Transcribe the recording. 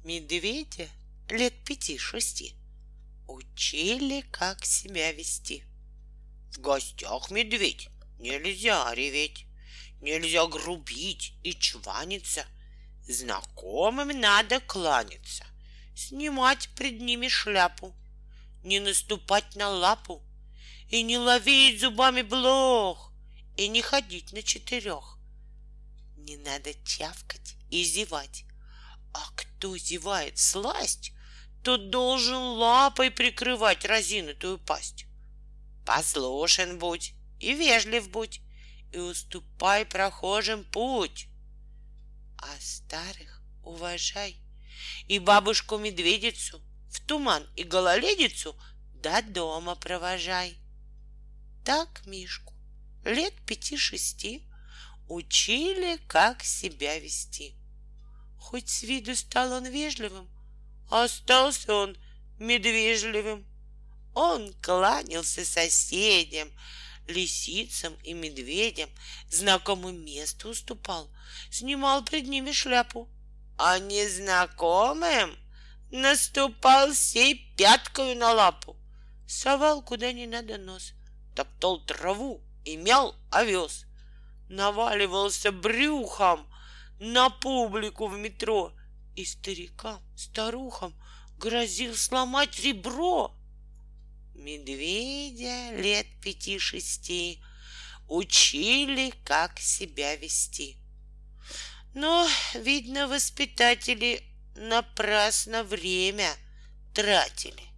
Медведя лет 5-6 учили, как себя вести. В гостях медведь нельзя реветь, нельзя грубить и чваниться. Знакомым надо кланяться, снимать пред ними шляпу, не наступать на лапу и не ловить зубами блох, и не ходить на 4. Не надо чавкать и зевать, а кто зевает всласть, тот должен лапой прикрывать разинутую пасть. Послушен будь и вежлив будь, и уступай прохожим путь. А старых уважай, и бабушку-медведицу в туман и гололедицу до дома провожай. Так Мишку лет 5-6 учили, как себя вести. Хоть с виду стал он вежливым, остался он медвежливым. Он кланялся соседям, лисицам и медведям, знакомым место уступал, снимал пред ними шляпу, а незнакомым наступал сей пяткою на лапу, совал куда не надо нос, топтал траву и мял овес, наваливался брюхом на публику в метро и старикам, старухам грозил сломать ребро. Медведя лет 5-6 учили, как себя вести. Но, видно, воспитатели напрасно время тратили.